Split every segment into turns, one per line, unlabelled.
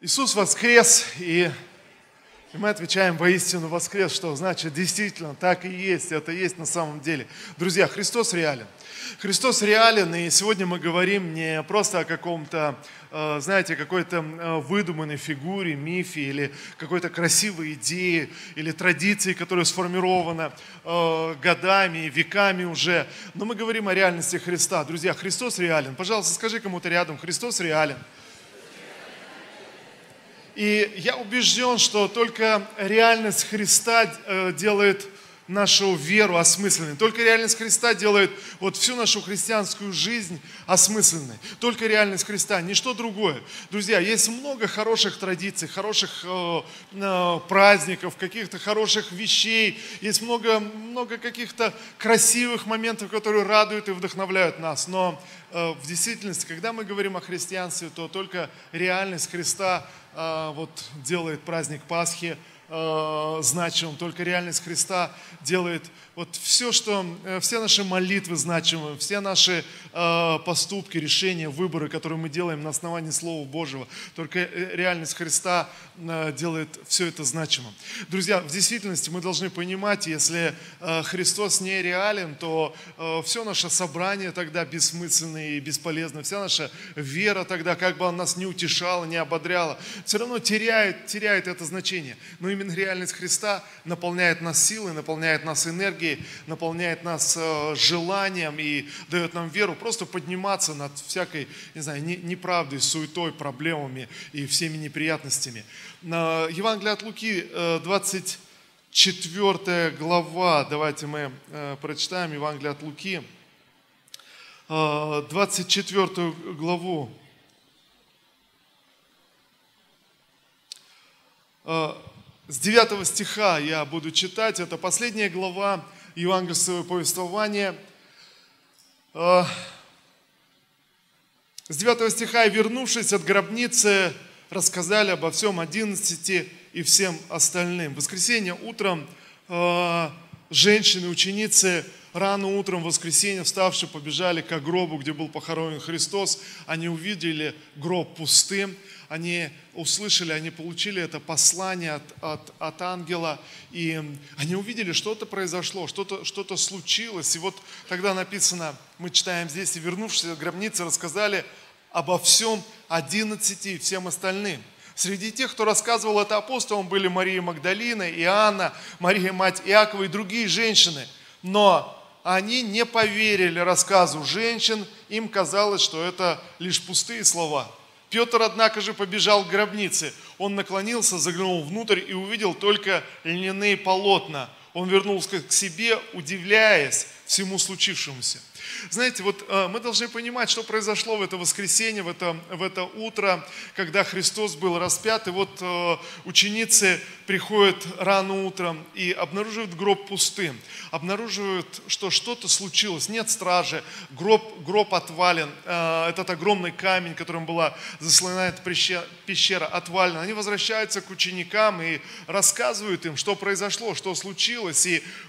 Иисус воскрес, и мы отвечаем воистину воскрес, что значит действительно так и есть, это есть на самом деле. Друзья, Христос реален. Христос реален, и сегодня мы говорим не просто о каком-то, знаете, какой-то выдуманной фигуре, мифе или какой-то красивой идее или традиции, которая сформирована годами, веками уже. Но мы говорим о реальности Христа. Друзья, Христос реален. Пожалуйста, скажи кому-то рядом, Христос реален. И я убежден, что только реальность Христа делает нашу веру осмысленной. Только реальность Христа делает вот всю нашу христианскую жизнь осмысленной. Только реальность Христа, ничто другое. Друзья, есть много хороших традиций, хороших праздников, каких-то хороших вещей. Есть много каких-то красивых моментов, которые радуют и вдохновляют нас. Но в действительности, когда мы говорим о христианстве, то только реальность Христа вот делает праздник Пасхи значимым, только реальность Христа делает вот все наши молитвы значимые, все наши поступки, решения, выборы, которые мы делаем на основании Слова Божьего, только реальность Христа делает все это значимым. Друзья, в действительности мы должны понимать, если Христос не реален, то все наше собрание тогда бессмысленно и бесполезно, вся наша вера тогда, как бы она нас не утешала, не ободряла, все равно теряет это значение. Но именно реальность Христа наполняет нас силой, наполняет нас энергией, наполняет нас желанием и дает нам веру просто подниматься над всякой, не знаю, неправдой, суетой, проблемами и всеми неприятностями. Евангелие от Луки, 24 глава, давайте мы прочитаем Евангелие от Луки, 24 главу. С 9 стиха я буду читать, это последняя глава евангельского повествования. С 9 стиха: «И, вернувшись от гробницы, рассказали обо всем 11 и всем остальным». В воскресенье утром женщины, ученицы, рано утром в воскресенье, вставшие, побежали к гробу, где был похоронен Христос. Они увидели гроб пустым. Они услышали, они получили это послание от ангела, и они увидели, что-то произошло, что-то случилось. И вот тогда написано, мы читаем здесь: «И, вернувшись от гробницы, рассказали обо всем 11 и всем остальным». Среди тех, кто рассказывал это апостолам, были Мария Магдалина, Иоанна, Мария, мать Иакова и другие женщины. Но они не поверили рассказу женщин, им казалось, что это лишь пустые слова. Петр, однако же, побежал к гробнице. Он наклонился, заглянул внутрь и увидел только льняные полотна. Он вернулся к себе, удивляясь всему случившемуся. Знаете, вот мы должны понимать, что произошло в это воскресенье, в это утро, когда Христос был распят. И вот ученицы приходят рано утром и обнаруживают гроб пустым. Обнаруживают, что что-то случилось. Нет стражи, гроб отвален. Этот огромный камень, которым была заслонена эта пещера, отвален. Они возвращаются к ученикам и рассказывают им, что произошло, что случилось.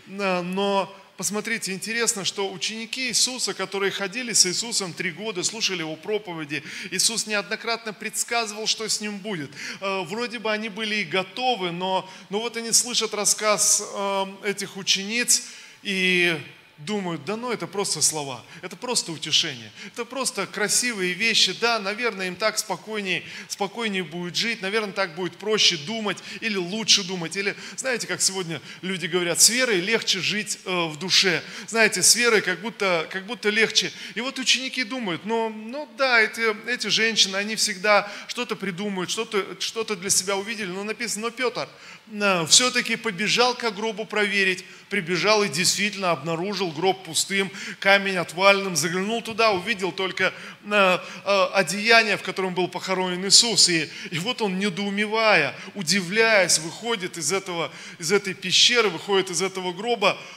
Но посмотрите, интересно, что ученики Иисуса, которые ходили с Иисусом 3 года, слушали Его проповеди, Иисус неоднократно предсказывал, что с Ним будет. Вроде бы они были и готовы, но вот они слышат рассказ этих учениц и думают: да ну, это просто слова, это просто утешение, это просто красивые вещи, да, наверное, им так спокойнее будет жить, наверное, так будет проще думать или лучше думать, или, знаете, как сегодня люди говорят, с верой легче жить в душе, знаете, с верой как будто легче. И вот ученики думают, ну да, эти женщины, они всегда что-то придумают, что-то для себя увидели, но написано, но Петр все-таки побежал к гробу проверить, прибежал и действительно обнаружил гроб пустым, камень отваленным, заглянул туда, увидел только одеяние, в котором был похоронен Иисус. И вот он, недоумевая, удивляясь, выходит из этой пещеры, выходит из этого гроба,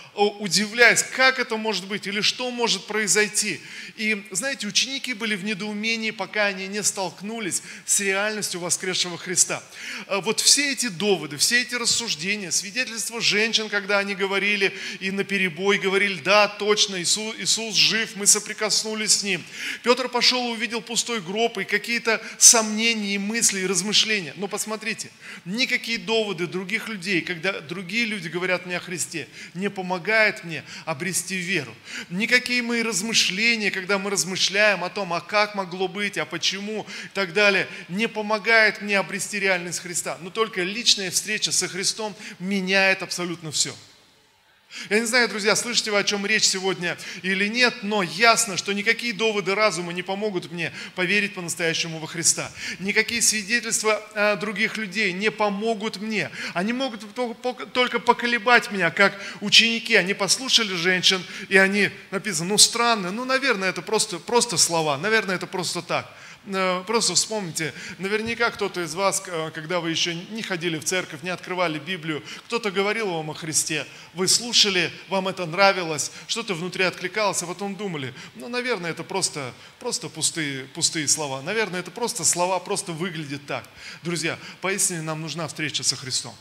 удивляясь, как это может быть или что может произойти. И, знаете, ученики были в недоумении, пока они не столкнулись с реальностью воскресшего Христа. Вот все эти доводы, все эти рассуждения, свидетельства женщин, когда они говорили и наперебой говорили: да, точно, Иисус жив, мы соприкоснулись с Ним. Петр пошел и увидел пустой гроб и какие-то сомнения, и мысли, и размышления. Но посмотрите, никакие доводы других людей, когда другие люди говорят мне о Христе, не помогают мне обрести веру. Никакие мои размышления, когда мы размышляем о том, а как могло быть, а почему и так далее, не помогает мне обрести реальность Христа. Но только личная встреча со Христом меняет абсолютно все. Я не знаю, друзья, слышите вы, о чем речь сегодня или нет, но ясно, что никакие доводы разума не помогут мне поверить по-настоящему во Христа. Никакие свидетельства других людей не помогут мне. Они могут только поколебать меня, как ученики. Они послушали женщин, и они, написано, странно, наверное, это просто слова, наверное, это просто так. Просто вспомните, наверняка кто-то из вас, когда вы еще не ходили в церковь, не открывали Библию, кто-то говорил вам о Христе, вы слушали, вам это нравилось, что-то внутри откликалось, а потом думали, наверное, это просто пустые слова, наверное, это просто слова, просто выглядит так. Друзья, поистине нам нужна встреча со Христом.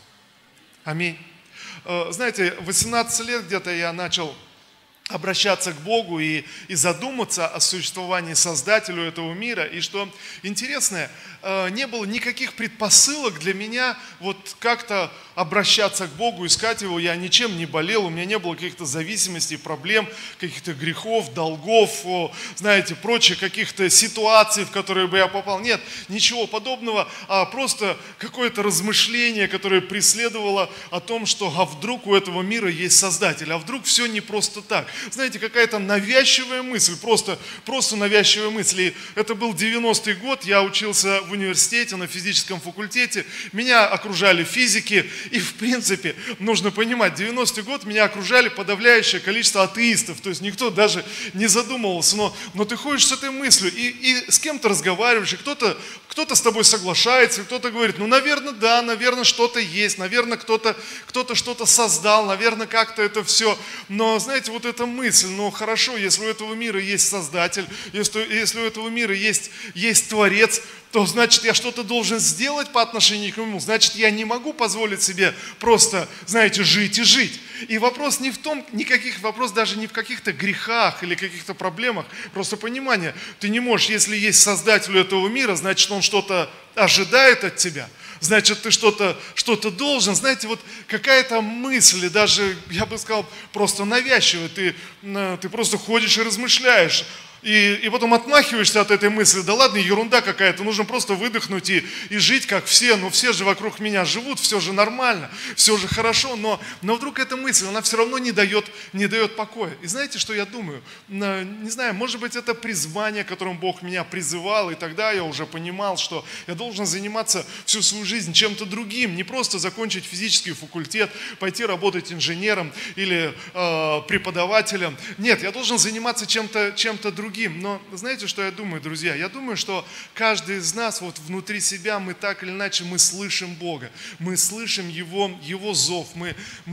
Аминь. Знаете, в 18 лет где-то я начал обращаться к Богу и задуматься о существовании Создателю этого мира. И что интересное, не было никаких предпосылок для меня вот как-то обращаться к Богу, искать Его. Я ничем не болел, у меня не было каких-то зависимостей, проблем, каких-то грехов, долгов, знаете, прочих каких-то ситуаций, в которые бы я попал. Нет, ничего подобного, а просто какое-то размышление, которое преследовало о том, что а вдруг у этого мира есть Создатель, а вдруг все не просто так. Знаете, какая-то навязчивая мысль, просто навязчивая мысль. И это был 90-й год, я учился в университете на физическом факультете, меня окружали физики, и в принципе, нужно понимать, 90-й год меня окружали подавляющее количество атеистов, то есть никто даже не задумывался, но ты ходишь с этой мыслью, и с кем-то разговариваешь, и кто-то с тобой соглашается, кто-то говорит, наверное, да, наверное, что-то есть, наверное, кто-то что-то создал, наверное, как-то это все, но, знаете, вот эта мысль, хорошо, если у этого мира есть Создатель, если у этого мира есть Творец, то значит я что-то должен сделать по отношению к нему, значит я не могу позволить себе просто, знаете, жить и жить. И вопрос не в том, вопрос даже не в каких-то грехах или каких-то проблемах, просто понимание, ты не можешь, если есть Создатель этого мира, значит он что-то ожидает от тебя, значит ты что-то должен, знаете, вот какая-то мысль, даже, я бы сказал, просто навязчивая, ты просто ходишь и размышляешь, и потом отмахиваешься от этой мысли, да ладно, ерунда какая-то, нужно просто выдохнуть и жить как все, все же вокруг меня живут, все же нормально, все же хорошо, но вдруг эта мысль, она все равно не дает покоя. И знаете, что я думаю? Не знаю, может быть, это призвание, которым Бог меня призывал, и тогда я уже понимал, что я должен заниматься всю свою жизнь чем-то другим, не просто закончить физический факультет, пойти работать инженером или преподавателем. Нет, я должен заниматься чем-то другим. Но знаете, что я думаю, друзья? Я думаю, что каждый из нас вот внутри себя, мы так или иначе, мы слышим Бога, мы слышим Его зов, мы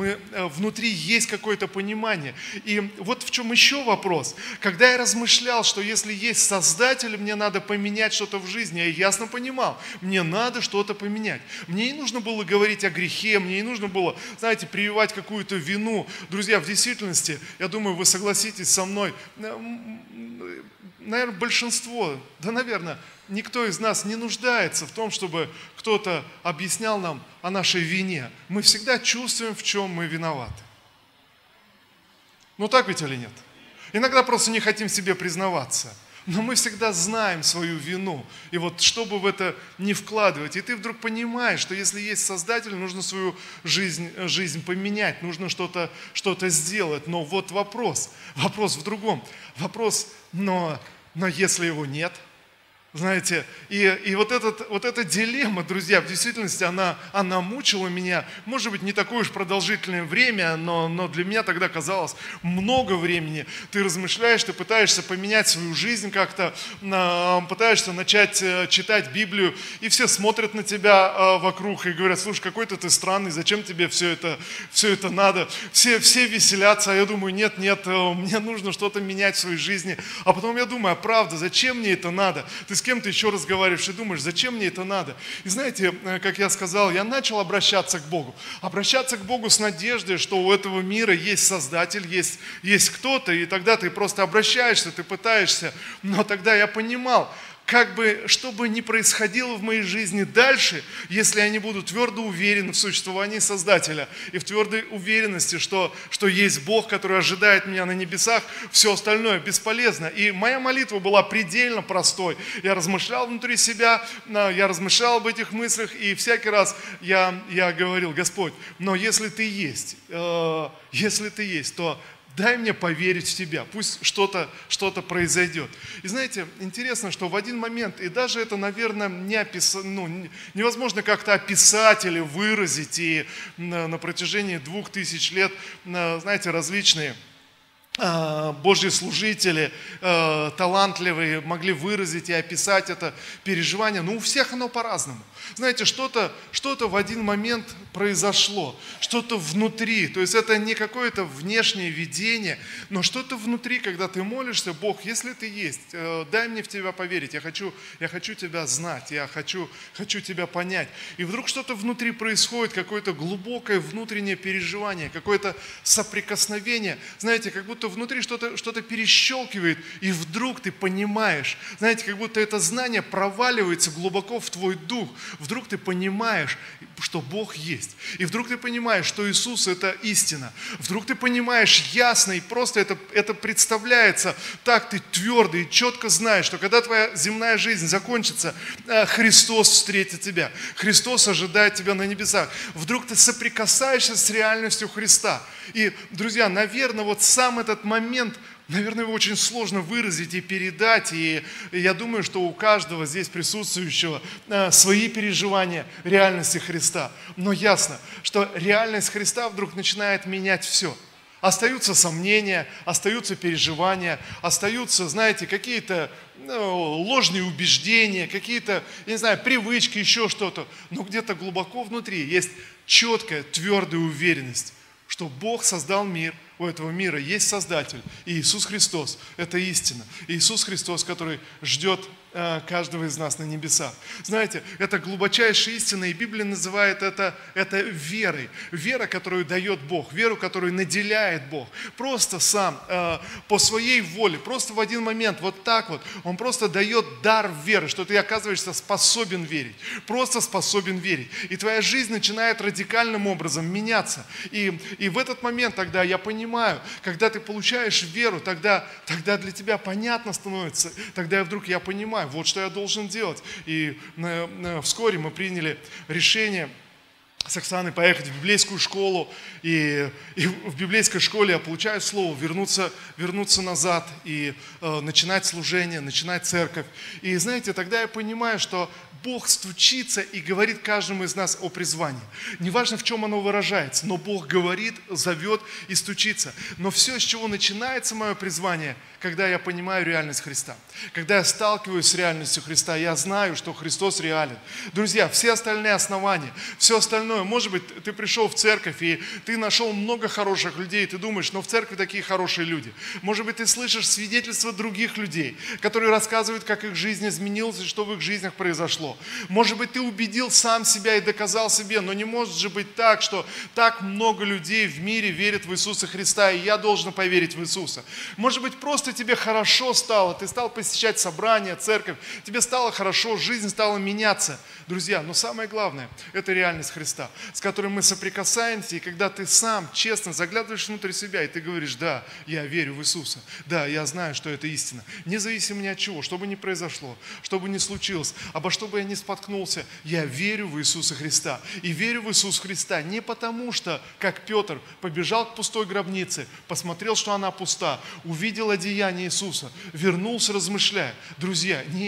внутри есть какое-то понимание. И вот в чем еще вопрос. Когда я размышлял, что если есть Создатель, мне надо поменять что-то в жизни, я ясно понимал, мне надо что-то поменять. Мне не нужно было говорить о грехе, мне не нужно было, знаете, прививать какую-то вину. Друзья, в действительности, я думаю, вы согласитесь со мной, наверное, большинство, наверное, никто из нас не нуждается в том, чтобы кто-то объяснял нам о нашей вине. Мы всегда чувствуем, в чем мы виноваты. Так ведь или нет? Иногда просто не хотим себе признаваться. Но мы всегда знаем свою вину. И вот чтобы в это не вкладывать. И ты вдруг понимаешь, что если есть Создатель, нужно свою жизнь поменять, нужно что-то сделать. Но вот вопрос в другом. Вопрос, но если его нет, Знаете, и вот эта дилемма, друзья, в действительности она мучила меня, может быть, не такое уж продолжительное время, но для меня тогда казалось много времени. Ты размышляешь, ты пытаешься поменять свою жизнь как-то, пытаешься начать читать Библию, и все смотрят на тебя вокруг и говорят: слушай, какой-то ты странный, зачем тебе все это надо? Все веселятся, а я думаю: нет, мне нужно что-то менять в своей жизни. А потом я думаю: а правда, зачем мне это надо? Ты с кем-то еще разговариваешь и думаешь: зачем мне это надо? И знаете, как я сказал, я начал обращаться к Богу с надеждой, что у этого мира есть Создатель, есть кто-то, и тогда ты просто обращаешься, ты пытаешься. Но тогда я понимал, как бы, что бы ни происходило в моей жизни дальше, если я не буду твердо уверен в существовании Создателя и в твердой уверенности, что есть Бог, который ожидает меня на небесах, все остальное бесполезно. И моя молитва была предельно простой. Я размышлял внутри себя, я размышлял об этих мыслях, и всякий раз я говорил: Господь, но если Ты есть, то дай мне поверить в Тебя, пусть что-то произойдет. И знаете, интересно, что в один момент, и даже это, наверное, невозможно как-то описать или выразить, и на протяжении 2000 лет, знаете, различные Божьи служители, талантливые, могли выразить и описать это переживание, но у всех оно по-разному. Знаете, что-то в один момент произошло, что-то внутри, то есть это не какое-то внешнее видение, но что-то внутри, когда ты молишься: Бог, если Ты есть, дай мне в Тебя поверить, я хочу Тебя знать, я хочу Тебя понять. И вдруг что-то внутри происходит, какое-то глубокое внутреннее переживание, какое-то соприкосновение, знаете, как будто внутри что-то перещелкивает, и вдруг ты понимаешь, знаете, как будто это знание проваливается глубоко в твой дух. Вдруг ты понимаешь, что Бог есть. И вдруг ты понимаешь, что Иисус – это истина. Вдруг ты понимаешь ясно, и просто это представляется так, ты твердо и четко знаешь, что когда твоя земная жизнь закончится, Христос встретит тебя. Христос ожидает тебя на небесах. Вдруг ты соприкасаешься с реальностью Христа. И, друзья, наверное, вот сам этот момент, наверное, его очень сложно выразить и передать, и я думаю, что у каждого здесь присутствующего свои переживания реальности Христа. Но ясно, что реальность Христа вдруг начинает менять все. Остаются сомнения, остаются переживания, остаются, знаете, какие-то ложные убеждения, какие-то, я не знаю, привычки, еще что-то. Но где-то глубоко внутри есть четкая, твердая уверенность, что Бог создал мир, у этого мира есть Создатель, и Иисус Христос – это истина. Иисус Христос, который ждет каждого из нас на небесах. Знаете, это глубочайшая истина, и Библия называет это верой. Вера, которую дает Бог, веру, которую наделяет Бог. Просто сам, по своей воле, просто в один момент, вот так вот, Он просто дает дар веры, что ты оказываешься способен верить. Просто способен верить. И твоя жизнь начинает радикальным образом меняться. И в этот момент тогда я понимаю, когда ты получаешь веру, тогда для тебя понятно становится, тогда вдруг я понимаю, вот что я должен делать. И вскоре мы приняли решение с Оксаной поехать в библейскую школу, и в библейской школе я получаю слово вернуться назад и начинать служение, начинать церковь. И знаете, тогда я понимаю, что Бог стучится и говорит каждому из нас о призвании. Неважно, в чем оно выражается, но Бог говорит, зовет и стучится. Но все, с чего начинается мое призвание, когда я понимаю реальность Христа. Когда я сталкиваюсь с реальностью Христа, я знаю, что Христос реален. Друзья, все остальные основания, все остальное, может быть, ты пришел в церковь, и ты нашел много хороших людей, и ты думаешь, но в церкви такие хорошие люди. Может быть, ты слышишь свидетельства других людей, которые рассказывают, как их жизнь изменилась и что в их жизнях произошло. Может быть, ты убедил сам себя и доказал себе, но не может же быть так, что так много людей в мире верят в Иисуса Христа, и я должен поверить в Иисуса. Может быть, просто тебе хорошо стало, ты стал посещать собрания, церковь, тебе стало хорошо, жизнь стала меняться. Друзья, но самое главное, это реальность Христа, с которой мы соприкасаемся, и когда ты сам честно заглядываешь внутрь себя, и ты говоришь: да, я верю в Иисуса, да, я знаю, что это истина, независимо ни от чего, что бы ни произошло, что бы ни случилось, обо что бы я ни споткнулся, я верю в Иисуса Христа. И верю в Иисуса Христа не потому, что, как Петр, побежал к пустой гробнице, посмотрел, что она пуста, увидел одеяние Иисуса, вернулся, размышляя. Друзья, нет.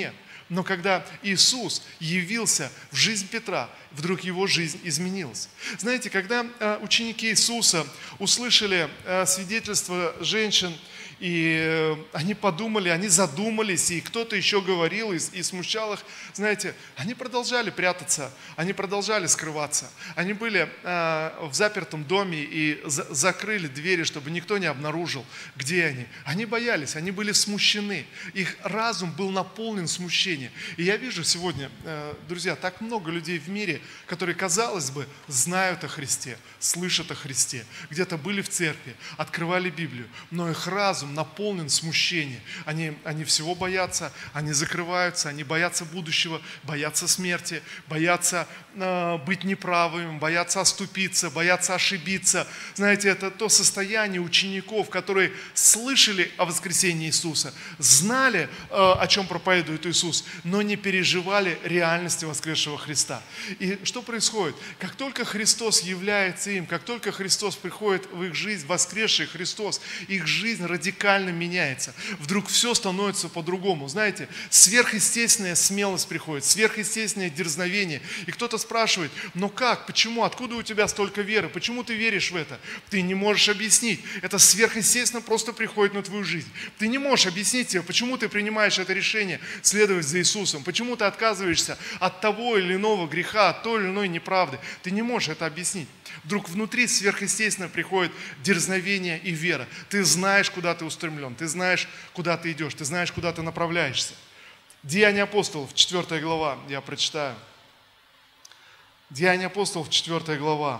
Но когда Иисус явился в жизнь Петра, вдруг его жизнь изменилась. Знаете, когда ученики Иисуса услышали свидетельство женщин, и они подумали, они задумались, и кто-то еще говорил и смущал их, знаете, они продолжали прятаться, они продолжали скрываться. Они были в запертом доме и закрыли двери, чтобы никто не обнаружил, где они. Они боялись, они были смущены. Их разум был наполнен смущением. И я вижу сегодня, друзья, так много людей в мире, которые, казалось бы, знают о Христе, слышат о Христе, где-то были в церкви, открывали Библию, но их разум наполнен смущением. Они всего боятся, они закрываются, они боятся будущего, боятся смерти, боятся быть неправыми, боятся оступиться, боятся ошибиться. Знаете, это то состояние учеников, которые слышали о воскресении Иисуса, знали, о чем проповедует Иисус, но не переживали реальности воскресшего Христа. И что происходит? Как только Христос является им, как только Христос приходит в их жизнь, воскресший Христос, их жизнь радикально меняется. Вдруг все становится по-другому. Знаете, сверхъестественная смелость приходит, сверхъестественное дерзновение. И кто-то спрашивает, но как, почему, откуда у тебя столько веры, почему ты веришь в это? Ты не можешь объяснить. Это сверхъестественно просто приходит на твою жизнь. Ты не можешь объяснить себе, почему ты принимаешь это решение следовать за Иисусом, почему ты отказываешься от того или иного греха, от той или иной неправды. Ты не можешь это объяснить. Вдруг внутри сверхъестественно приходит дерзновение и вера. Ты знаешь, куда ты устремлен, ты знаешь, куда ты идешь, ты знаешь, куда ты направляешься. Деяния апостолов, 4 глава, я прочитаю. Деяния апостолов, 4 глава.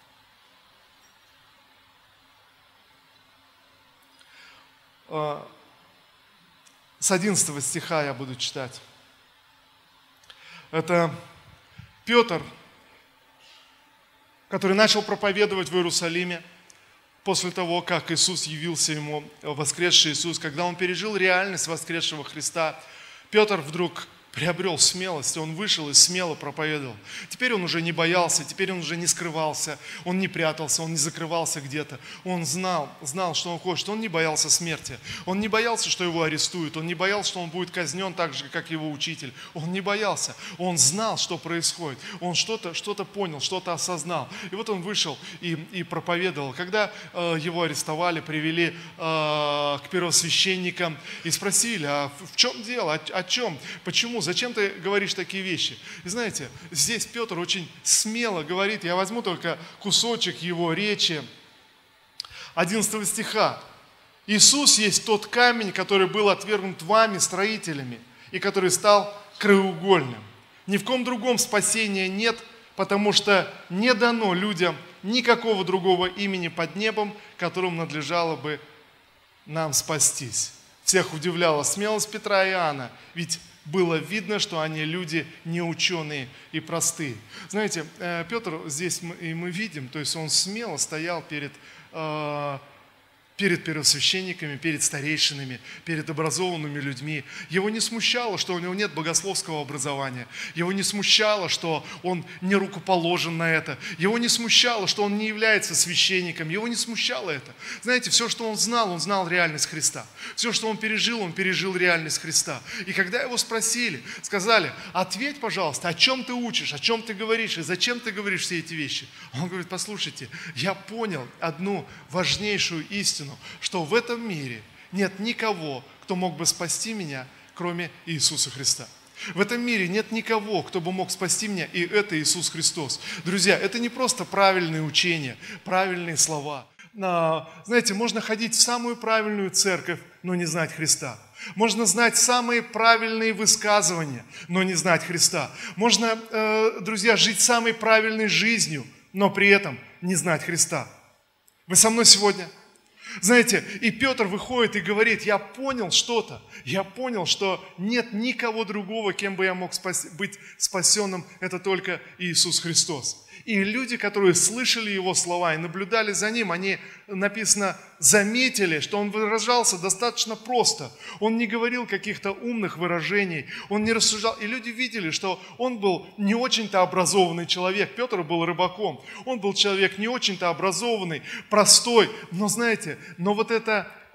С 11 стиха я буду читать. Это Петр, который начал проповедовать в Иерусалиме после того, как Иисус явился ему, воскресший Иисус, когда он пережил реальность воскресшего Христа, Петр вдруг приобрел смелость, он вышел и смело проповедовал. Теперь он уже не боялся, теперь он уже не скрывался, он не прятался, он не закрывался где-то. Он знал, что он хочет, он не боялся смерти, он не боялся, что его арестуют, он не боялся, что он будет казнен так же, как его учитель. Он не боялся, он знал, что происходит, он что-то понял, что-то осознал. И вот он вышел и проповедовал. Когда его арестовали, привели к первосвященникам и спросили, а в чем дело, о чем, почему, зачем ты говоришь такие вещи? И знаете, здесь Петр очень смело говорит, я возьму только кусочек его речи, 11 стиха. Иисус есть тот камень, который был отвергнут вами, строителями, и который стал краеугольным. Ни в ком другом спасения нет, потому что не дано людям никакого другого имени под небом, которым надлежало бы нам спастись. Всех удивляла смелость Петра и Иоанна, ведь было видно, что они люди неученые и простые. Знаете, Петр здесь мы видим, то есть он смело стоял перед первосвященниками, перед старейшинами, перед образованными людьми. Его не смущало, что у него нет богословского образования. Его не смущало, что он не рукоположен на это. Его не смущало, что он не является священником. Его не смущало это. Знаете, все, что он знал реальность Христа. Все, что он пережил реальность Христа. И когда его спросили, сказали, ответь, пожалуйста, о чем ты учишь, о чем ты говоришь и зачем ты говоришь все эти вещи. Он говорит, послушайте, я понял одну важнейшую истину, что в этом мире нет никого, кто мог бы спасти меня, кроме Иисуса Христа. В этом мире нет никого, кто бы мог спасти меня, и это Иисус Христос. Друзья, это не просто правильные учения, правильные слова. Знаете, можно ходить в самую правильную церковь, но не знать Христа. Можно знать самые правильные высказывания, но не знать Христа. Можно, друзья, жить самой правильной жизнью, но при этом не знать Христа. Вы со мной сегодня? Знаете, и Петр выходит и говорит, я понял что-то, я понял, что нет никого другого, кем бы я мог быть спасенным, это только Иисус Христос. И люди, которые слышали его слова и наблюдали за ним, они, написано, заметили, что он выражался достаточно просто. Он не говорил каких-то умных выражений, он не рассуждал. И люди видели, что он был не очень-то образованный человек. Петр был рыбаком. Он был человек не очень-то образованный, простой. Но знаете, вот это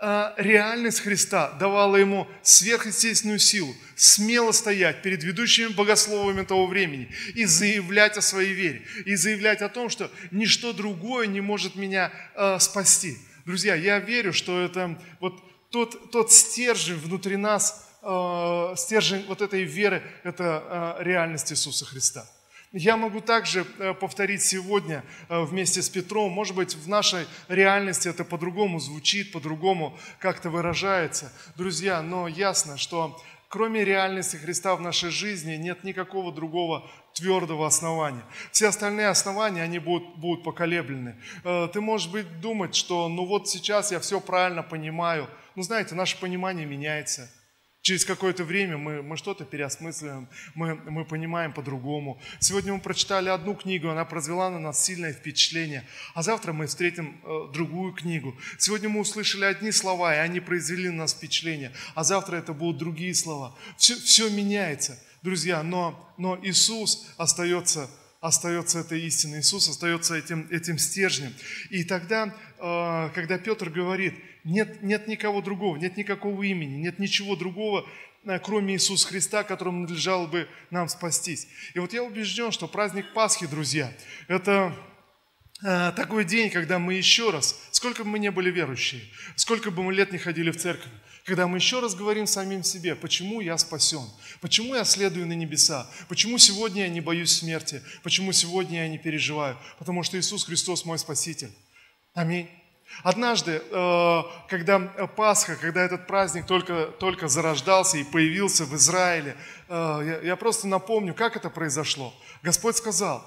реальность Христа давала ему сверхъестественную силу смело стоять перед ведущими богословами того времени и заявлять о своей вере, и заявлять о том, что ничто другое не может меня спасти. Друзья, я верю, что это вот тот стержень внутри нас, стержень вот этой веры, это реальность Иисуса Христа. Я могу также повторить сегодня вместе с Петром, может быть, в нашей реальности это по-другому звучит, по-другому как-то выражается. Друзья, но ясно, что кроме реальности Христа в нашей жизни нет никакого другого твердого основания. Все остальные основания, они будут поколеблены. Ты, может быть, думать, что ну вот сейчас я все правильно понимаю. Ну, знаете, наше понимание меняется. Через какое-то время мы что-то переосмысливаем, мы понимаем по-другому. Сегодня мы прочитали одну книгу, она произвела на нас сильное впечатление, а завтра мы встретим другую книгу. Сегодня мы услышали одни слова, и они произвели на нас впечатление, а завтра это будут другие слова. Все меняется, друзья, но Иисус остается этой истиной, Иисус остается этим стержнем. И тогда, когда Петр говорит, нет никого другого, нет никакого имени, нет ничего другого, кроме Иисуса Христа, которому надлежало бы нам спастись. И вот я убежден, что праздник Пасхи, друзья, это такой день, когда мы еще раз, сколько бы мы ни были верующие, сколько бы мы лет не ходили в церковь, когда мы еще раз говорим самим себе, почему я спасен, почему я следую на небеса, почему сегодня я не боюсь смерти, почему сегодня я не переживаю, потому что Иисус Христос мой Спаситель. Аминь. Однажды, когда Пасха, когда этот праздник только зарождался и появился в Израиле, я просто напомню, как это произошло. Господь сказал,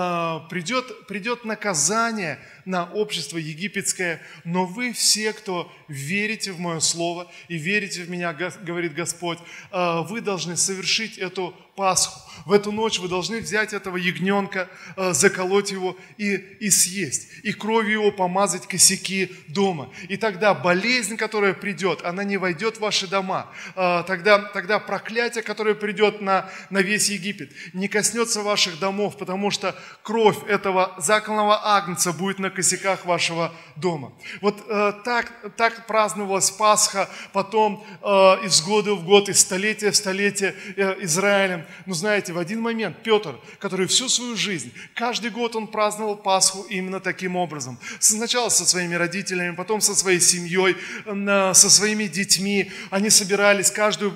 придет наказание на общество египетское, но вы все, кто верите в мое слово и верите в меня, говорит Господь, вы должны совершить эту Пасху. В эту ночь вы должны взять этого ягненка, заколоть его и съесть, и кровью его помазать косяки дома. И тогда болезнь, которая придет, она не войдет в ваши дома. Тогда проклятие, которое придет на весь Египет, не коснется ваших домов, потому что кровь этого заколотого агнца будет на косяках вашего дома. Вот так праздновалась Пасха потом из года в год, из столетия в столетие Израилем. Но знаете, в один момент Петр, который всю свою жизнь, каждый год он праздновал Пасху именно таким образом. Сначала со своими родителями, потом со своей семьей, со своими детьми. Они собирались каждую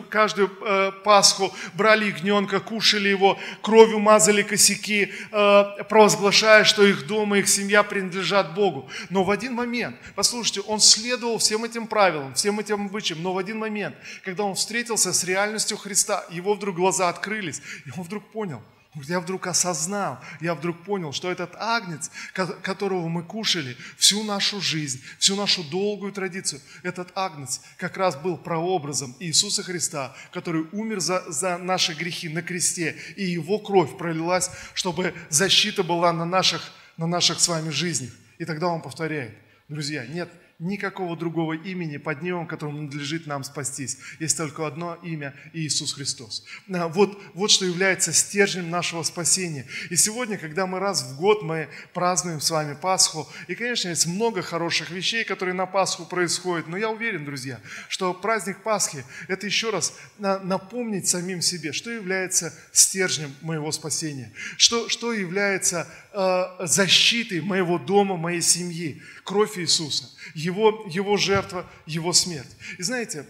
Пасху, брали ягненка, кушали его, кровью мазали косяки, провозглашая, что их дом и их семья принадлежат Богу. Но в один момент, послушайте, он следовал всем этим правилам, всем этим обычаям, но в один момент, когда он встретился с реальностью Христа, его вдруг глаза открылись, и он вдруг понял, я вдруг осознал, я вдруг понял, что этот агнец, которого мы кушали всю нашу жизнь, всю нашу долгую традицию, этот агнец как раз был прообразом Иисуса Христа, который умер за наши грехи на кресте, и его кровь пролилась, чтобы защита была на наших с вами жизнях. И тогда он повторяет, друзья, нет никакого другого имени под небом, которому надлежит нам спастись. Есть только одно имя – Иисус Христос. Вот что является стержнем нашего спасения. И сегодня, когда мы раз в год мы празднуем с вами Пасху, и, конечно, есть много хороших вещей, которые на Пасху происходят, но я уверен, друзья, что праздник Пасхи – это еще раз напомнить самим себе, что является стержнем моего спасения, что является защитой моего дома, моей семьи, кровь Иисуса, Его жертва, Его смерть. И знаете,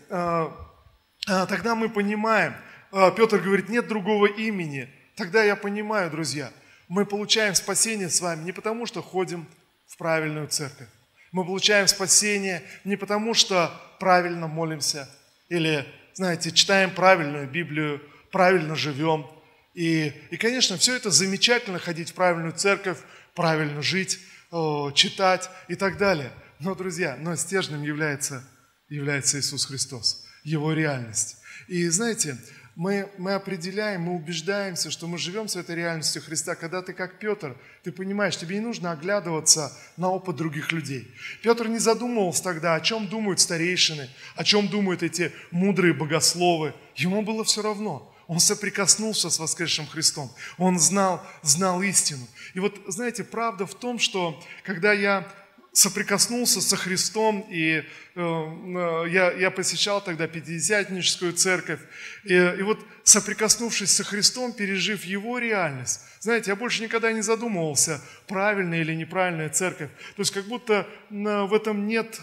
тогда мы понимаем, Петр говорит, нет другого имени. Тогда я понимаю, друзья, мы получаем спасение с вами не потому, что ходим в правильную церковь. Мы получаем спасение не потому, что правильно молимся или, знаете, читаем правильную Библию, правильно живем. И, конечно, все это замечательно, ходить в правильную церковь, правильно жить, читать и так далее. Но, друзья, стержнем является Иисус Христос, Его реальность. И знаете, мы определяем, мы убеждаемся, что мы живем с этой реальностью Христа. Когда ты как Петр, ты понимаешь, тебе не нужно оглядываться на опыт других людей. Петр не задумывался тогда, о чем думают старейшины, о чем думают эти мудрые богословы. Ему было все равно. Он соприкоснулся с воскресшим Христом. Он знал истину. И вот, знаете, правда в том, что когда я соприкоснулся со Христом, и я посещал тогда Пятидесятническую церковь, и вот соприкоснувшись со Христом, пережив Его реальность, знаете, я больше никогда не задумывался, правильная или неправильная церковь. То есть как будто в этом нет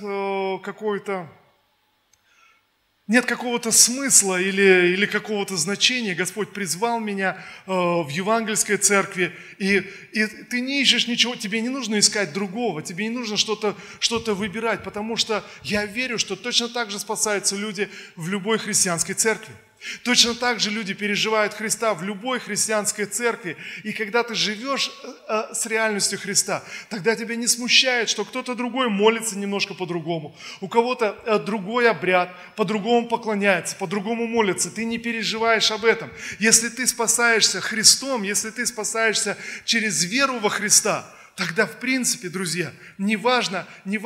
какого-то смысла или какого-то значения. Господь призвал меня в евангельской церкви, и ты не ищешь ничего, тебе не нужно искать другого, тебе не нужно что-то выбирать, потому что я верю, что точно так же спасаются люди в любой христианской церкви. Точно так же люди переживают Христа в любой христианской церкви. И когда ты живешь с реальностью Христа, тогда тебя не смущает, что кто-то другой молится немножко по-другому. У кого-то другой обряд, по-другому поклоняется, по-другому молится. Ты не переживаешь об этом. Если ты спасаешься Христом, если ты спасаешься через веру во Христа, тогда, в принципе, друзья, неважно,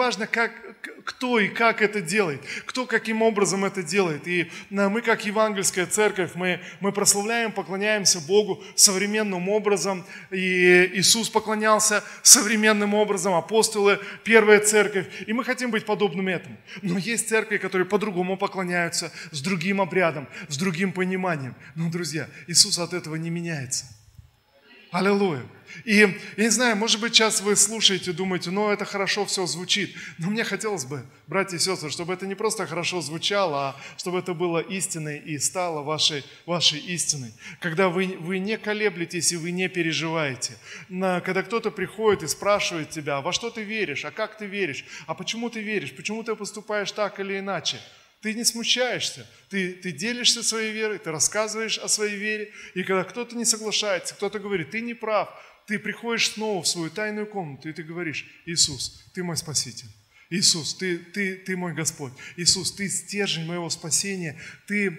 кто и как это делает, кто каким образом это делает. И мы, как евангельская церковь, мы прославляем, поклоняемся Богу современным образом. И Иисус поклонялся современным образом, апостолы, первая церковь. И мы хотим быть подобными этому. Но есть церкви, которые по-другому поклоняются, с другим обрядом, с другим пониманием. Но, друзья, Иисус от этого не меняется. Аллилуйя. И, я не знаю, может быть, сейчас вы слушаете, думаете, это хорошо все звучит. Но мне хотелось бы, братья и сестры, чтобы это не просто хорошо звучало, а чтобы это было истиной и стало вашей истиной. Когда вы не колеблетесь и вы не переживаете. Когда кто-то приходит и спрашивает тебя, во что ты веришь, а как ты веришь, а почему ты веришь, почему ты поступаешь так или иначе. Ты не смущаешься, ты делишься своей верой, ты рассказываешь о своей вере. И когда кто-то не соглашается, кто-то говорит, ты не прав, ты приходишь снова в свою тайную комнату, и ты говоришь, Иисус, ты мой Спаситель. Иисус, ты мой Господь. Иисус, ты стержень моего спасения, ты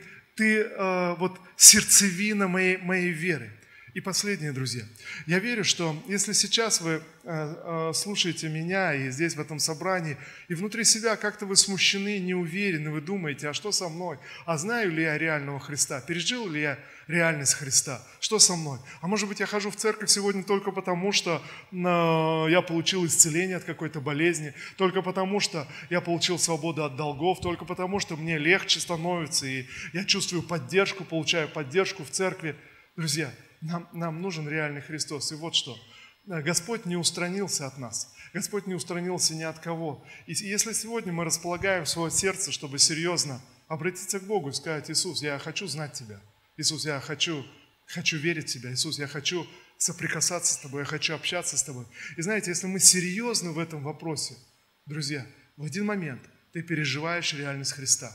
сердцевина моей веры. И последнее, друзья. Я верю, что если сейчас вы слушаете меня и здесь в этом собрании, и внутри себя как-то вы смущены, не уверены, вы думаете, а что со мной? А знаю ли я реального Христа? Пережил ли я реальность Христа? Что со мной? А может быть, я хожу в церковь сегодня только потому, что я получил исцеление от какой-то болезни, только потому, что я получил свободу от долгов, только потому, что мне легче становится, и я чувствую поддержку, получаю поддержку в церкви. Друзья, нам нужен реальный Христос. И вот что. Господь не устранился от нас. Господь не устранился ни от кого. И если сегодня мы располагаем свое сердце, чтобы серьезно обратиться к Богу и сказать, Иисус, я хочу знать Тебя. Иисус, я хочу верить в Тебя. Иисус, я хочу соприкасаться с Тобой, я хочу общаться с Тобой. И знаете, если мы серьезны в этом вопросе, друзья, в один момент ты переживаешь реальность Христа.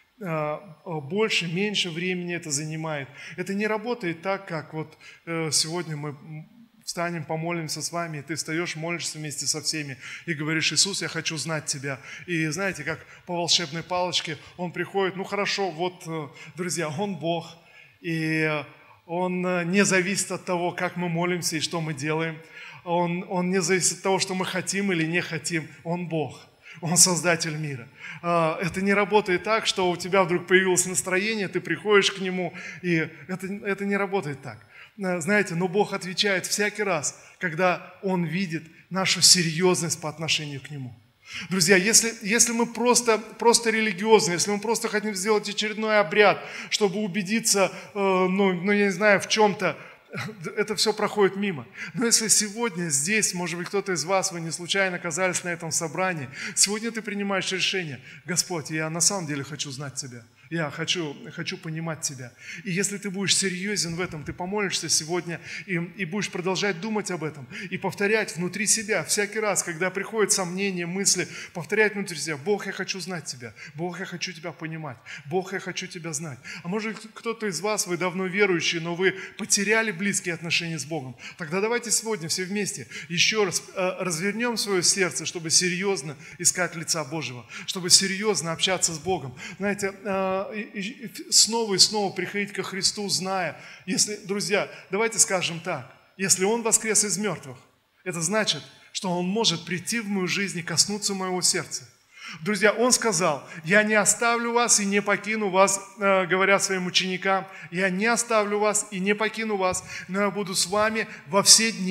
Больше, меньше времени это занимает. Это не работает так, как вот сегодня мы встанем, помолимся с вами, и ты встаешь, молишься вместе со всеми и говоришь, Иисус, я хочу знать Тебя. И знаете, как по волшебной палочке Он приходит, хорошо, друзья, Он Бог, и Он не зависит от того, как мы молимся и что мы делаем. Он не зависит от того, что мы хотим или не хотим. Он Бог. Он создатель мира. Это не работает так, что у тебя вдруг появилось настроение, ты приходишь к Нему, и это не работает так. Знаете, но Бог отвечает всякий раз, когда Он видит нашу серьезность по отношению к Нему. Друзья, если мы просто религиозны, если мы просто хотим сделать очередной обряд, чтобы убедиться, я не знаю, в чем-то, это все проходит мимо. Но если сегодня здесь, может быть, кто-то из вас, вы не случайно оказались на этом собрании, сегодня ты принимаешь решение, Господь, я на самом деле хочу знать Тебя. Я хочу понимать Тебя. И если ты будешь серьезен в этом, ты помолишься сегодня и будешь продолжать думать об этом и повторять внутри себя всякий раз, когда приходят сомнения, мысли, повторять внутри себя, Бог, я хочу знать Тебя, Бог, я хочу Тебя понимать, Бог, я хочу Тебя знать. А может, кто-то из вас, вы давно верующие, но вы потеряли близкие отношения с Богом. Тогда давайте сегодня все вместе еще раз развернем свое сердце, чтобы серьезно искать лица Божьего, чтобы серьезно общаться с Богом. Знаете, и снова и снова приходить ко Христу, зная, друзья, давайте скажем так, если Он воскрес из мертвых, это значит, что Он может прийти в мою жизнь и коснуться моего сердца. Друзья, Он сказал, я не оставлю вас и не покину вас, говоря своим ученикам, я не оставлю вас и не покину вас, но я буду с вами во все дни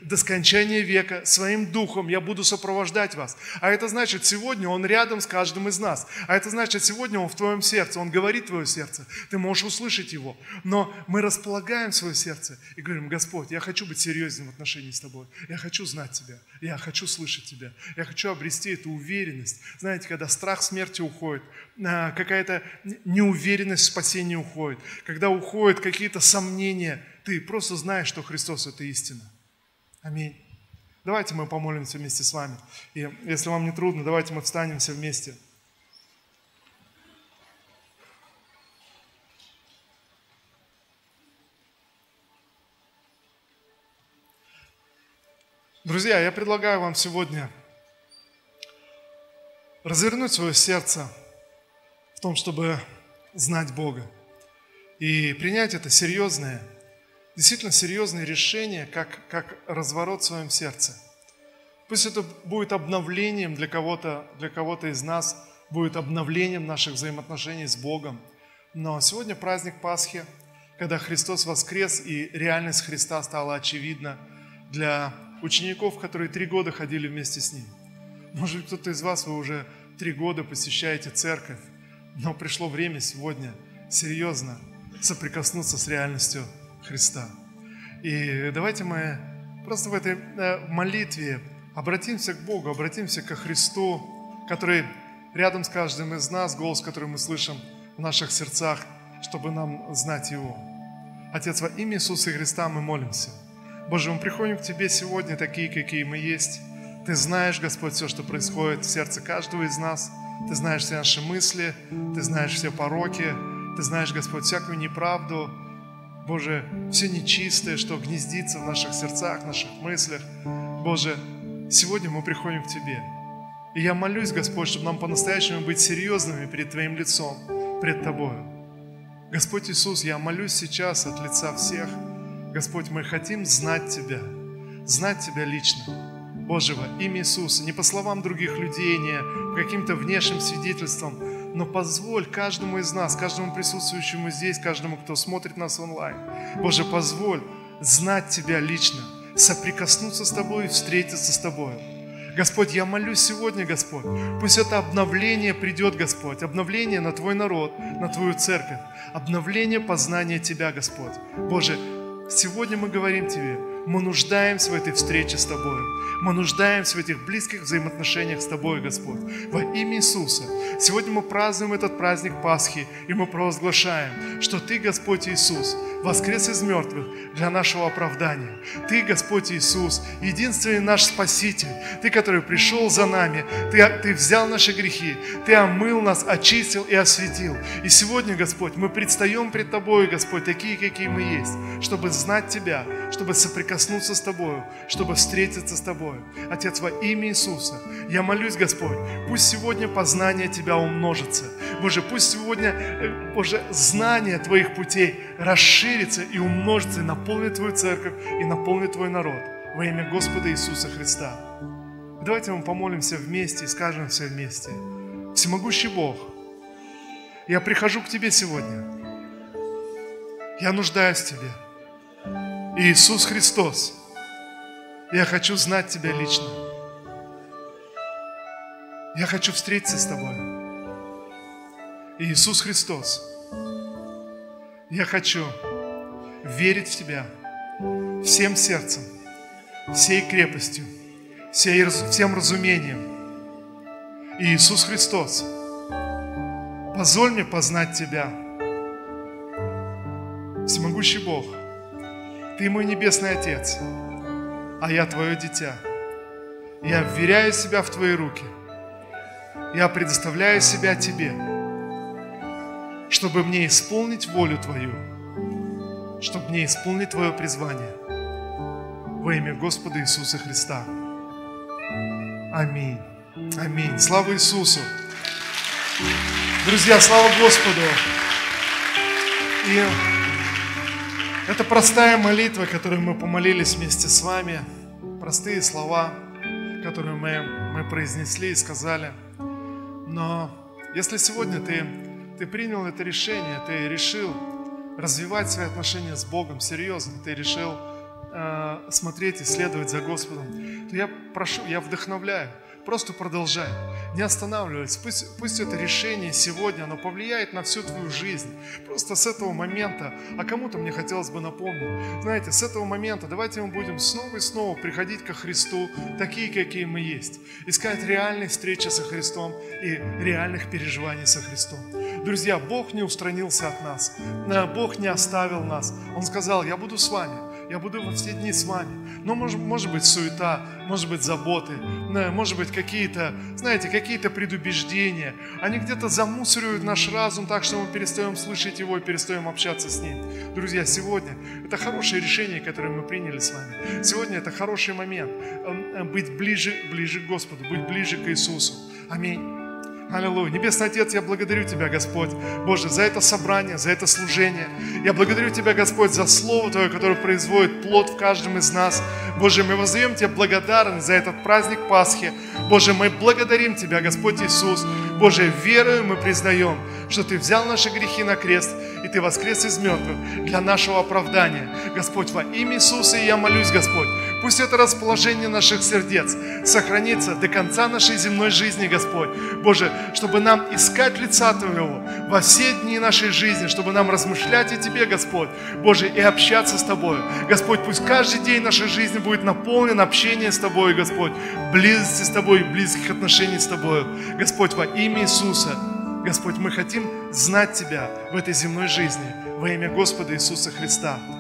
до скончания века своим духом я буду сопровождать вас. А это значит, сегодня Он рядом с каждым из нас. А это значит, сегодня Он в твоем сердце, Он говорит в твое сердце, ты можешь услышать Его. Но мы располагаем свое сердце и говорим: Господь, я хочу быть серьезным в отношении с Тобой. Я хочу знать Тебя, я хочу слышать Тебя. Я хочу обрести эту уверенность. Знаете, когда страх смерти уходит, какая-то неуверенность в спасении уходит, когда уходят какие-то сомнения, ты просто знаешь, что Христос – это истина. Аминь. Давайте мы помолимся вместе с вами. И если вам не трудно, давайте мы встанем все вместе. Друзья, я предлагаю вам сегодня развернуть свое сердце в том, чтобы знать Бога. И принять это серьезное, действительно серьезное решение, как разворот в своем сердце. Пусть это будет обновлением для кого-то из нас, будет обновлением наших взаимоотношений с Богом. Но сегодня праздник Пасхи, когда Христос воскрес и реальность Христа стала очевидна для учеников, которые 3 года ходили вместе с Ним. Может быть, кто-то из вас, вы уже 3 года посещаете церковь, но пришло время сегодня серьезно соприкоснуться с реальностью Христа. И давайте мы просто в этой молитве обратимся к Богу, обратимся ко Христу, который рядом с каждым из нас, голос, который мы слышим в наших сердцах, чтобы нам знать Его. Отец, во имя Иисуса Христа мы молимся. Боже, мы приходим к Тебе сегодня такие, какие мы есть. Ты знаешь, Господь, все, что происходит в сердце каждого из нас. Ты знаешь все наши мысли, Ты знаешь все пороки, Ты знаешь, Господь, всякую неправду, Боже, все нечистое, что гнездится в наших сердцах, в наших мыслях. Боже, сегодня мы приходим к Тебе. И я молюсь, Господь, чтобы нам по-настоящему быть серьезными перед Твоим лицом, пред Тобою. Господь Иисус, я молюсь сейчас от лица всех. Господь, мы хотим знать Тебя лично. Боже, во имя Иисуса, не по словам других людей, не по каким-то внешним свидетельствам, но позволь каждому из нас, каждому присутствующему здесь, каждому, кто смотрит нас онлайн, Боже, позволь знать Тебя лично, соприкоснуться с Тобой и встретиться с Тобой. Господь, я молюсь сегодня, Господь, пусть это обновление придет, Господь, обновление на Твой народ, на Твою церковь, обновление познания Тебя, Господь. Боже, сегодня мы говорим Тебе, мы нуждаемся в этой встрече с Тобой. Мы нуждаемся в этих близких взаимоотношениях с Тобой, Господь. Во имя Иисуса. Сегодня мы празднуем этот праздник Пасхи, и мы провозглашаем, что Ты, Господь Иисус, воскрес из мертвых для нашего оправдания. Ты, Господь Иисус, единственный наш Спаситель. Ты, который пришел за нами. Ты взял наши грехи. Ты омыл нас, очистил и осветил. И сегодня, Господь, мы предстаем пред Тобой, Господь, такие, какие мы есть, чтобы знать Тебя, чтобы соприкоснуться с Тобою, чтобы встретиться с Тобой. Отец, во имя Иисуса, я молюсь, Господь, пусть сегодня познание Тебя умножится. Боже, пусть сегодня, Боже, знание Твоих путей расширится и умножится, и наполнит Твою церковь, и наполнит Твой народ. Во имя Господа Иисуса Христа. Давайте мы помолимся вместе и скажем все вместе. Всемогущий Бог, я прихожу к Тебе сегодня. Я нуждаюсь в Тебе. Иисус Христос, я хочу знать Тебя лично. Я хочу встретиться с Тобой. Иисус Христос, я хочу верить в Тебя всем сердцем, всей крепостью, всем разумением. Иисус Христос, позволь мне познать Тебя. Всемогущий Бог, Ты мой небесный Отец, а я Твое дитя. Я вверяю себя в Твои руки. Я предоставляю себя Тебе, чтобы мне исполнить волю Твою, чтобы мне исполнить Твое призвание. Во имя Господа Иисуса Христа. Аминь. Аминь. Слава Иисусу. Друзья, слава Господу. И это простая молитва, которую мы помолились вместе с вами. Простые слова, которые мы произнесли и сказали. Но если сегодня ты принял это решение, ты решил развивать свои отношения с Богом серьезно, ты решил смотреть и следовать за Господом, то я прошу, я вдохновляю, просто продолжай, не останавливайся. Пусть это решение сегодня, оно повлияет на всю твою жизнь. Просто с этого момента, а кому-то мне хотелось бы напомнить, знаете, с этого момента давайте мы будем снова и снова приходить ко Христу, такие, какие мы есть. Искать реальной встречи со Христом и реальных переживаний со Христом. Друзья, Бог не устранился от нас, Бог не оставил нас. Он сказал: я буду с вами. Я буду во все дни с вами. Но может быть суета, может быть заботы, может быть какие-то, знаете, какие-то предубеждения. Они где-то замусоривают наш разум так, что мы перестаем слышать Его и перестаем общаться с Ним. Друзья, сегодня это хорошее решение, которое мы приняли с вами. Сегодня это хороший момент быть ближе к Господу, быть ближе к Иисусу. Аминь. Аллилуйя. Небесный Отец, я благодарю Тебя, Господь, Боже, за это собрание, за это служение. Я благодарю Тебя, Господь, за Слово Твое, которое производит плод в каждом из нас. Боже, мы воздаем Тебе благодарность за этот праздник Пасхи. Боже, мы благодарим Тебя, Господь Иисус. Боже, верою мы признаем, что Ты взял наши грехи на крест, и Ты воскрес из мертвых для нашего оправдания. Господь, во имя Иисуса я молюсь, Господь, пусть это расположение наших сердец сохранится до конца нашей земной жизни, Господь. Боже, чтобы нам искать лица Твоего во все дни нашей жизни, чтобы нам размышлять о Тебе, Господь, Боже, и общаться с Тобой. Господь, пусть каждый день нашей жизни будет наполнен общением с Тобой, Господь, близости с Тобой, близких отношений с Тобой. Господь, во имя Иисуса, Господь, мы хотим знать Тебя в этой земной жизни во имя Господа Иисуса Христа.